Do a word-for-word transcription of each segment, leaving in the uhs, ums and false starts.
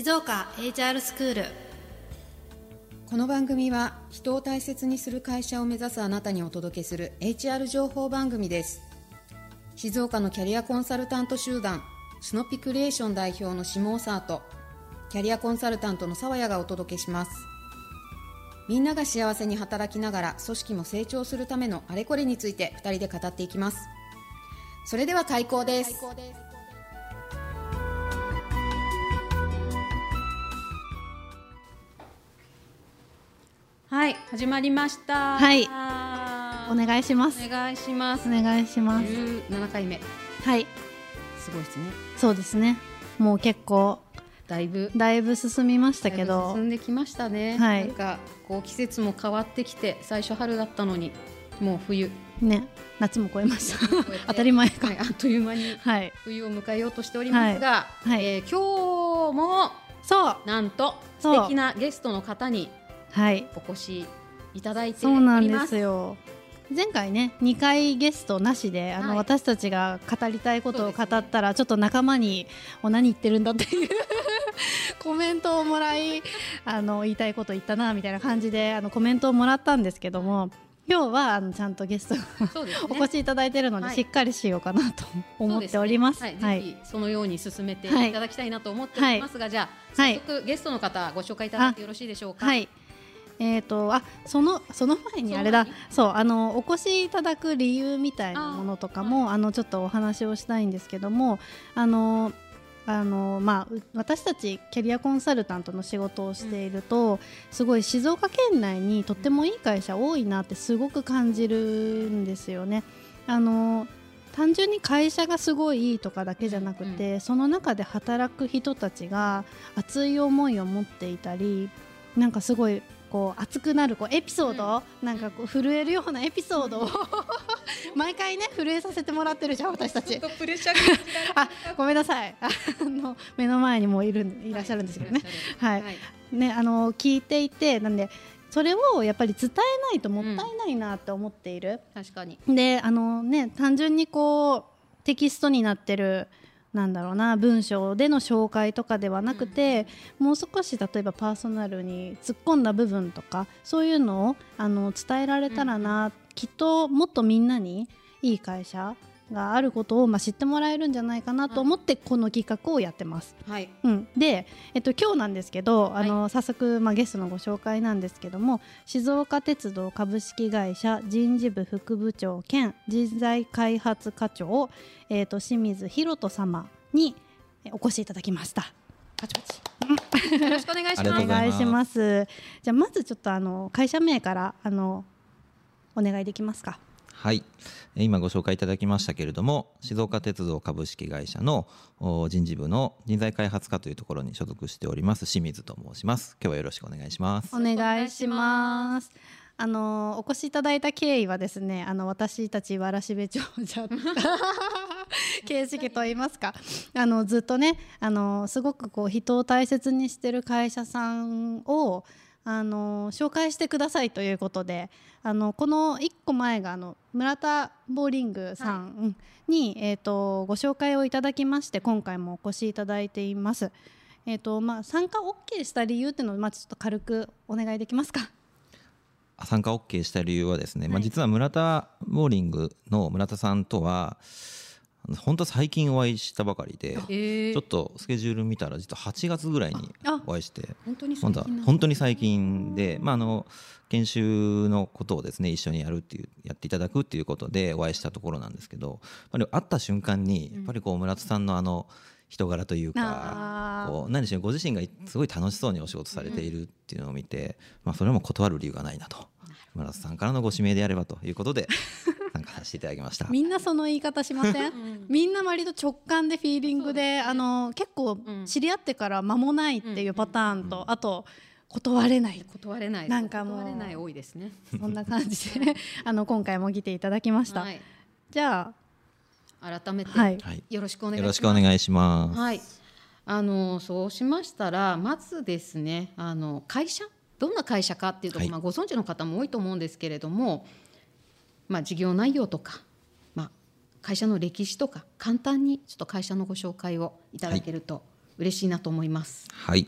静岡 エイチアール スクール。 この番組は人を大切にする会社を目指すあなたにお届けする エイチアール 情報番組です。静岡のキャリアコンサルタント集団スノピクリエーション代表の下尾沢とキャリアコンサルタントの沢谷がお届けします。みんなが幸せに働きながら組織も成長するためのあれこれについてふたりで語っていきます。それでは開講です。 はい、始まりました。 はい、お願いします。 お願いします。 お願いします。 じゅうななかいめ。 はい、 すごいですね。 そうですね。もう結構だいぶだいぶ進みましたけど、 進んできましたね。 はい、 なんかこう季節も変わってきて、最初春だったのにもう冬ね、夏も超えました。当たり前か、 はい、あっという間に冬を迎えようとしておりますが、はいはい、えー、今日もそうなんと素敵なゲストの方にお越しいただいております。 そうなんですよ。前回ねにかいゲストなしで、あの、はい、私たちが語りたいことを語ったら、ね、ちょっと仲間にお何言ってるんだっていうコメントをもらい、あの言いたいこと言ったなみたいな感じであのコメントをもらったんですけども、今日はあのちゃんとゲストが、ね、お越しいただいているので、はい、しっかりしようかなと思っております。 はい、はい、ぜひそのように進めていただきたいなと思っておりますが、はい、じゃあ早速、はい、ゲストの方ご紹介いただいてよろしいでしょうか。 はい、えーと、あそのその前にあれだ、そうあのお越しいただく理由みたいなものとかも あ,、はい、あのちょっとお話をしたいんですけども、あのあのまあ、私たちキャリアコンサルタントの仕事をしていると、うん、すごい静岡県内にとってもいい会社多いなってすごく感じるんですよね。あの単純に会社がすごいいいとかだけじゃなくて、うん、その中で働く人たちが熱い思いを持っていたり、なんかすごいこう熱くなるこうエピソード、うん、なんかこう震えるようなエピソードを毎回ね震えさせてもらってるじゃん私たち。ちょっとプレッシャーあごめんなさいあの目の前にもいるいらっしゃるんですけどね、はい、はい、ね、あの聞いていて、なんでそれをやっぱり伝えないともったいないなって思っている、 うん、確かに。 であの、ね、単純にこうテキストになってるなんだろうな文章での紹介とかではなくて、うん、もう少し例えばパーソナルに突っ込んだ部分とかそういうのをあの伝えられたらな、うん、きっともっとみんなにいい会社があることを、まあ、知ってもらえるんじゃないかなと思ってこの企画をやってます、はい、うん、で、えっと、今日なんですけど、はい、あの早速、まあ、ゲストのご紹介なんですけども、静岡鉄道株式会社人事部副部長兼人材開発課長、えっと、清水博人様にお越しいただきました。パチパチよろしくお願いします。 お願いします。じゃあまずちょっとあの会社名からあのお願いできますか。 はい、今ご紹介いただきましたけれども、静岡鉄道株式会社の人事部の人材開発課というところに所属しております清水と申します。今日はよろしくお願いします。 お願いします。あのお越しいただいた経緯はですね、あの私たちわらしべ長者形式といいますか、あのずっとねあのすごくこう人を大切にしてる会社さんをあの紹介してくださいということで、あのこのいっこまえがあの村田ボーリングさんに、はい、えー、とご紹介をいただきまして、今回もお越しいただいています。えーとまあ、参加 OK した理由っていうのを、まあ、ちょっと軽くお願いできますか。 参加 OK した理由はですね、はい、まあ、実は村田ボーリングの村田さんとは本当最近お会いしたばかりで、ちょっとスケジュール見たら実ははちがつぐらいにお会いして、 本当に最近本当に最近で、まあ、あの研修のことをですね一緒にやるっていうやっていただくっていうことでお会いしたところなんですけど、やっぱり会った瞬間にやっぱりこう村田さんのあの人柄というか、こう何でしょう、ご自身がすごい楽しそうにお仕事されているっていうのを見て、まあ、それも断る理由がないなと、村田さんからのご指名であればということで参加させていただきました。 みんなその言い方しません、うん、みんな割と直感でフィーリング で, で、ね、あの結構知り合ってから間もないっていうパターンと、うん、あと断れない断れないなんかもう断れない多いですね。 そんな感じであの今回も来ていただきました、はい、じゃあ改めて、 はい、 よろしくお願いします。 よろしくお願いします、 はい、あのそうしましたらまずですね、あの会社どんな会社かっていうと、はい、まあ、ご存知の方も多いと思うんですけれども、まあ、事業内容とか、まあ、会社の歴史とか簡単にちょっと会社のご紹介をいただけると嬉しいなと思います。 はい、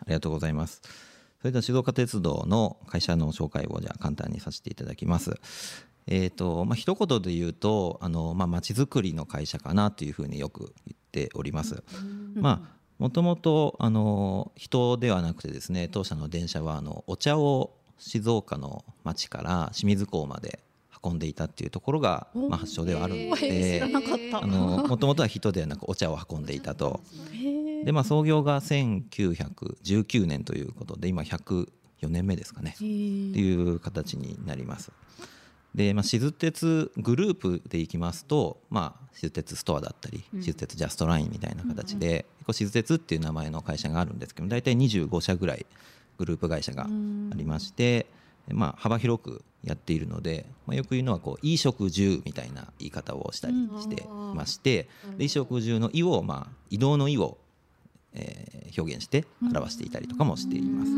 りがとうございます。それでは静岡鉄道の会社の紹介をじゃあ簡単にさせていただきます。えーとまあ、一言で言うとあの、まあ、街づくりの会社かなというふうによく言っております。まあもともとあの人ではなくてですね、当社の電車はあのお茶を静岡の町から清水港まで運んでいたっていうところが、まあ、発祥ではあるので、 知らなかった。 あのもともとは人ではなくお茶を運んでいたと。で、まあ、創業がせんきゅうひゃくじゅうきゅうねんということで今ひゃくよねんめですかねっていう形になります。で、まあ、静鉄グループでいきますと、まあ、静鉄ストアだったり、うん、静鉄ジャストラインみたいな形で、うん、静鉄っていう名前の会社があるんですけど、大体にじゅうごしゃぐらいグループ会社がありまして、うん、まあ、幅広くやっているので、まあ、よく言うのはこう衣食住みたいな言い方をしたりしてまして、うん、で衣食住の衣を、まあ、移動の衣を、えー、表現して表していたりとかもしています。うん、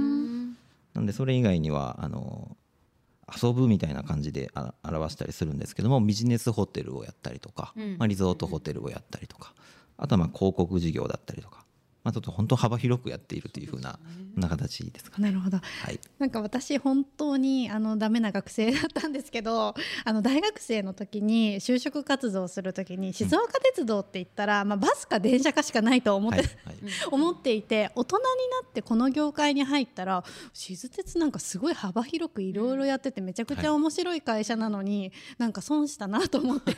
なのでそれ以外にはあの遊ぶみたいな感じで表したりするんですけども、ビジネスホテルをやったりとか、うん、まあ、リゾートホテルをやったりとか、あとはまあ広告事業だったりとか、まあ、ちょっと本当幅広くやっているというふうな、そんな形ですかね。 なるほど、 はい、 なんか私本当にあのダメな学生だったんですけど、あの大学生の時に就職活動する時に静岡鉄道って言ったら、うん、まあ、バスか電車かしかないと思って、はいはい、思っていて、大人になってこの業界に入ったら静鉄なんかすごい幅広くいろいろやっててめちゃくちゃ面白い会社なのに、はい、なんか損したなと思って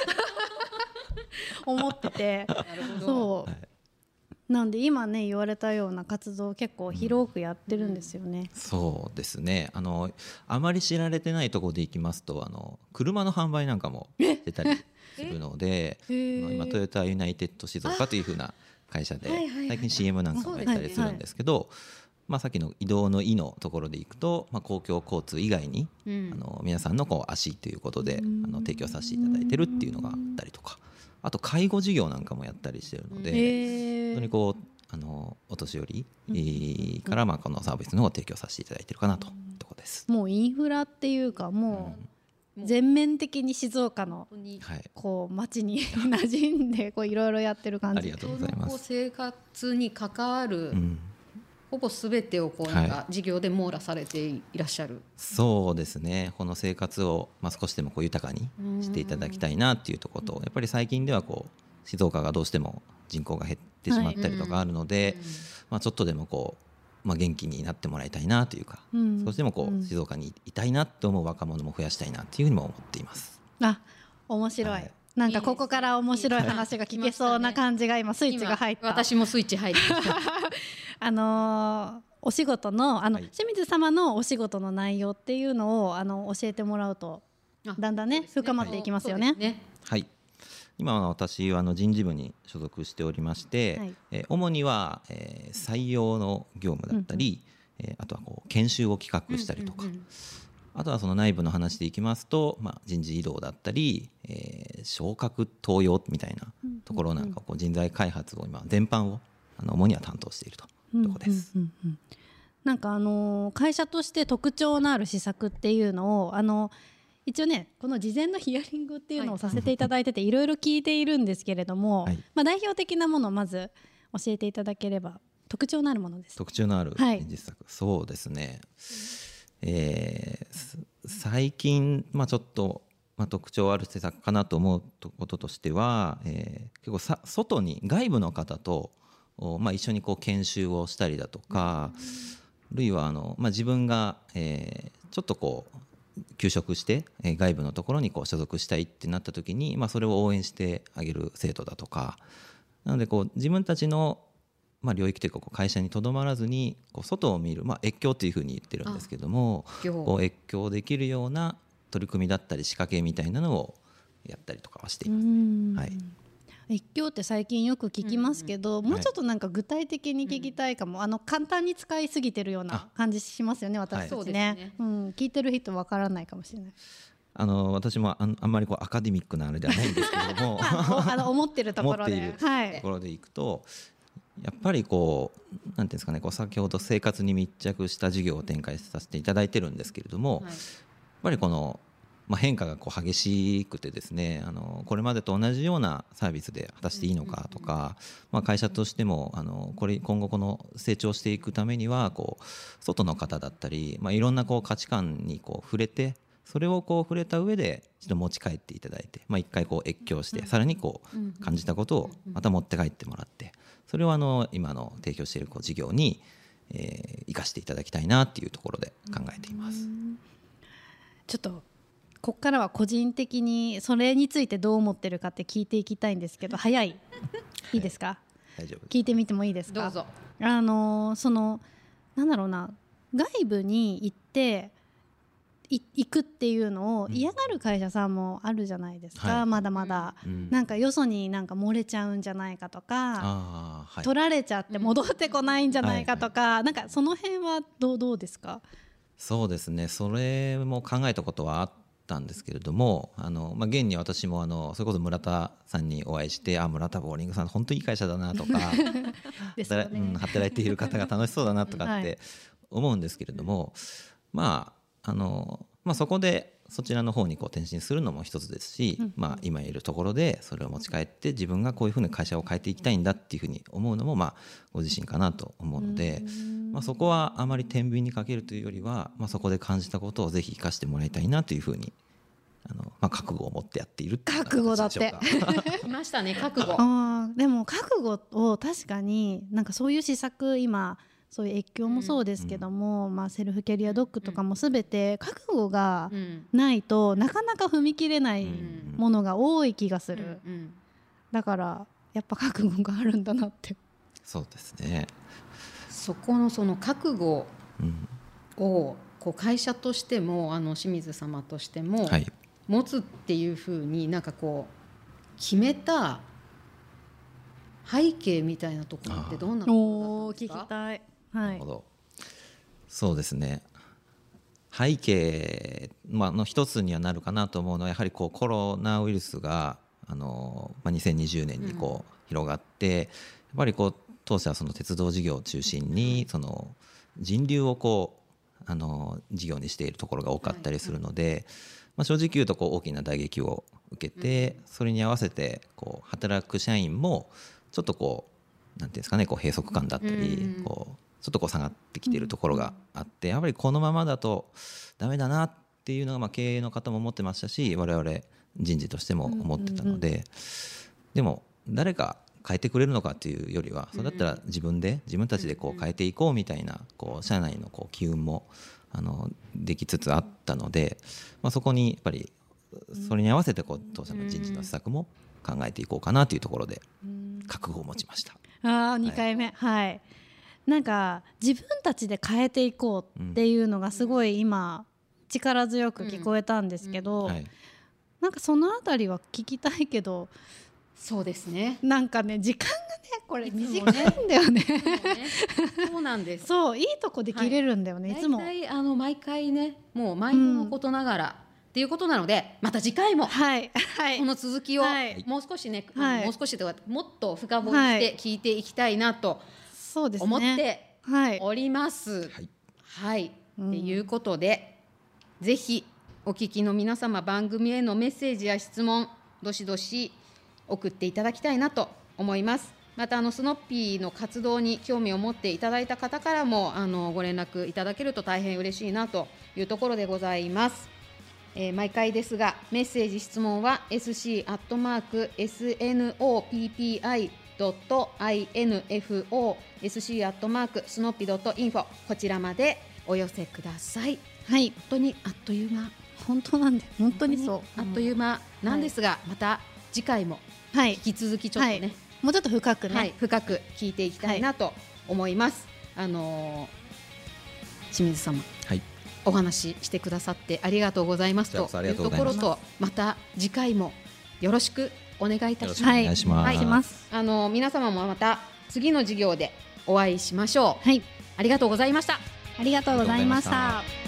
思ってて、なるほど、そう、はい、なんで今ね言われたような活動を結構広くやってるんですよね。 うん、そうですね、あのあまり知られてないところでいきますと、あの車の販売なんかもしてたりするので今トヨタユナイテッド静岡というふうな会社で最近 シーエム なんかもやったりするんですけど、まあ、さっきの移動の「い」のところでいくと、まあ、公共交通以外に、うん、あの皆さんのこう足ということであの提供させていただいてるっていうのがあったりとか、あと介護事業なんかもやったりしてるので、本当にこうあのお年寄りからまあこのサービスの方を提供させていただいてるかなというところです。 もうインフラっていうか、もう全面的に静岡のこう街に馴染んでいろいろやってる感じ。 ありがとうございます。 生活に関わる、うん、ほぼ全てをこうなんか事業で網羅されていらっしゃる、はい、 そうですね、この生活をまあ少しでもこう豊かにしていただきたいなっていうところと、やっぱり最近ではこう静岡がどうしても人口が減ってしまったりとかあるので、はい、まあ、ちょっとでもこう、まあ、元気になってもらいたいなというか、うん、少しでもこう静岡にいたいなと思う若者も増やしたいなというふうにも思っています。 あ、面白い、はい、なんかここから面白い話が聞けそうな感じが今スイッチが入った。 私もスイッチ入りましたあのー、お仕事の、あの、はい、清水様のお仕事の内容っていうのをあの教えてもらうとだんだんね深まっていきますよね。ね、 はい、今は私はあの人事部に所属しておりまして、はい、えー、主には、えー、採用の業務だったり、うんうん、えー、あとはこう研修を企画したりとか、うんうんうん、あとはその内部の話でいきますと、まあ、人事異動だったり、えー、昇格登用みたいなところなんかこう人材開発を今全般をあの主には担当しているというところです。 うんうんうんうん、なんかあの会社として特徴のある施策っていうのをあの一応ねこの事前のヒアリングっていうのをさせていただいてていろいろ聞いているんですけれども、はい、まあ、代表的なものをまず教えていただければ。特徴のあるものです。 特徴のある人事施策、はい、そうですね、えー、最近、まあ、ちょっと、まあ、特徴ある施策かなと思うこととしては、えー、結構さ外に外部の方と、まあ、一緒にこう研修をしたりだとか、あるいはあの、まあ、自分が、えー、ちょっとこう休職して、えー、外部のところにこう所属したいってなった時に、まあ、それを応援してあげる制度だとか、なのでこう自分たちのまあ、領域というかこう会社にとどまらずにこう外を見る、まあ、越境というふうに言ってるんですけども、こう越境できるような取り組みだったり仕掛けみたいなのをやったりとかはしています。はい、 越境って最近よく聞きますけど、うんうん、もうちょっとなんか具体的に聞きたいかも、はい、あの簡単に使いすぎてるような感じしますよね、私たちね、はい、うん、聞いてる人わからないかもしれない。 あの私も あ, あんまりこうアカデミックなあれではないんですけどもあの思ってるところで思っているところでいくと、やっぱりこうなんていうんですかね、こう先ほど生活に密着した事業を展開させていただいてるんですけれども、はい、やっぱりこのまあ、変化がこう激しくてですね、あのこれまでと同じようなサービスで果たしていいのかとか、まあ、会社としてもあのこれ今後この成長していくためにはこう外の方だったり、まあ、いろんなこう価値観にこう触れて、それをこう触れた上で一度持ち帰っていただいて、まあ、一回こう越境してさらにこう感じたことをまた持って帰ってもらって、それをあの今の提供しているこう事業にえー生かしていただきたいなっていうところで考えています。 ちょっとここからは個人的にそれについてどう思ってるかって聞いていきたいんですけど、早いいいですか、 大丈夫です。 聞いてみてもいいですか。 どうぞ。 あのそのなんだろうな、外部に行ってい行くっていうのを嫌がる会社さんもあるじゃないですか、 はい、 まだまだ、うん、なんかよそになんか漏れちゃうんじゃないかとか、あ、はい、取られちゃって戻ってこないんじゃないかとか、はいはい、なんかその辺はどう、どうですか。 そうですね、それも考えたことはあったんですけれども、あの、まあ、現に私もあのそれこそ村田さんにお会いして、あ、村田ボーリングさん本当にいい会社だなとかですよね、うん、働いている方が楽しそうだなとかって思うんですけれども、はい、まああのまあ、そこでそちらの方にこう転身するのも一つですし、うんまあ、今いるところでそれを持ち帰って自分がこういうふうに会社を変えていきたいんだっていうふうに思うのもまあご自身かなと思うので、まあ、そこはあまり天秤にかけるというよりは、まあ、そこで感じたことをぜひ生かしてもらいたいなというふうにあの、まあ、覚悟を持ってやっているっていう覚悟だっていましたね、覚悟あでも覚悟を確かになんかそういう施策今そういう越境もそうですけども、うんまあ、セルフキャリアドッグとかも全て覚悟がないとなかなか踏み切れないものが多い気がする、うんうん、だからやっぱ覚悟があるんだなって。 そうですね、 そこのその覚悟をこう会社としてもあの清水様としても持つっていうふうになんかこう決めた背景みたいなところってどんなところだったんですか。 おー聞きたい。 はい、なるほど。そうですね、背景、まあ、の一つにはなるかなと思うのはやはりこうコロナウイルスがあの、まあ、にせんにじゅうねんにこう広がって、うん、やっぱりこう当社はその鉄道事業を中心にその人流をこうあの事業にしているところが多かったりするので、はいはいまあ、正直言うとこう大きな打撃を受けて、うん、それに合わせてこう働く社員もちょっとこうなんていうんですかね、こう閉塞感だったり、うん、こうちょっとこう下がってきているところがあって、やっぱりこのままだとダメだなっていうのがまあ経営の方も思ってましたし、我々人事としても思ってたので、でも誰か変えてくれるのかっていうよりは、それだったら自分で自分たちでこう変えていこうみたいなこう社内のこう機運もあのできつつあったので、まあ、そこにやっぱりそれに合わせてこう当社の人事の施策も考えていこうかなというところで覚悟を持ちました。 あーにかいめ、はい、はい、なんか自分たちで変えていこうっていうのがすごい今力強く聞こえたんですけど、うんうんはい、なんかそのあたりは聞きたいけど、 そうですね、 なんかね時間がねこれ短いんだよね。 そうなんです。 そういいとこで切れるんだよね、はい、いつも大体あの毎回ねもう毎度のことながら、うんっていうことなので、また次回もはいはい、 この続きをもう少しね、はい、もう少しではもっと深掘りして聞いていきたいなと思っております。はい、はい、ということで、うん、ぜひお聞きの皆様番組へのメッセージや質問どしどし送っていただきたいなと思います。またあのスノッピーの活動に興味を持っていただいた方からもあのご連絡いただけると大変嬉しいなというところでございます。えー、毎回ですがメッセージ質問は エスシー アットマーク エスエヌオーピーピーアイ ドット アイエヌエフオー エスシー アットマーク スノッピ ドット インフォ こちらまでお寄せください。はい、本当にあっという間、 本当なんで本当にそうあっという間なんですが、はい、また次回も引き続きちょっとね、はい、 もうちょっと深くね、はい、 深く聞いていきたいなと思います。はい、あのー、清水様、はい、お話ししてくださってありがとうございますというところと、また次回もよろしくお願いいたします。 お願いします。 はい、あの皆様もまた次の授業でお会いしましょう。はい、ありがとうございました。 ありがとうございました。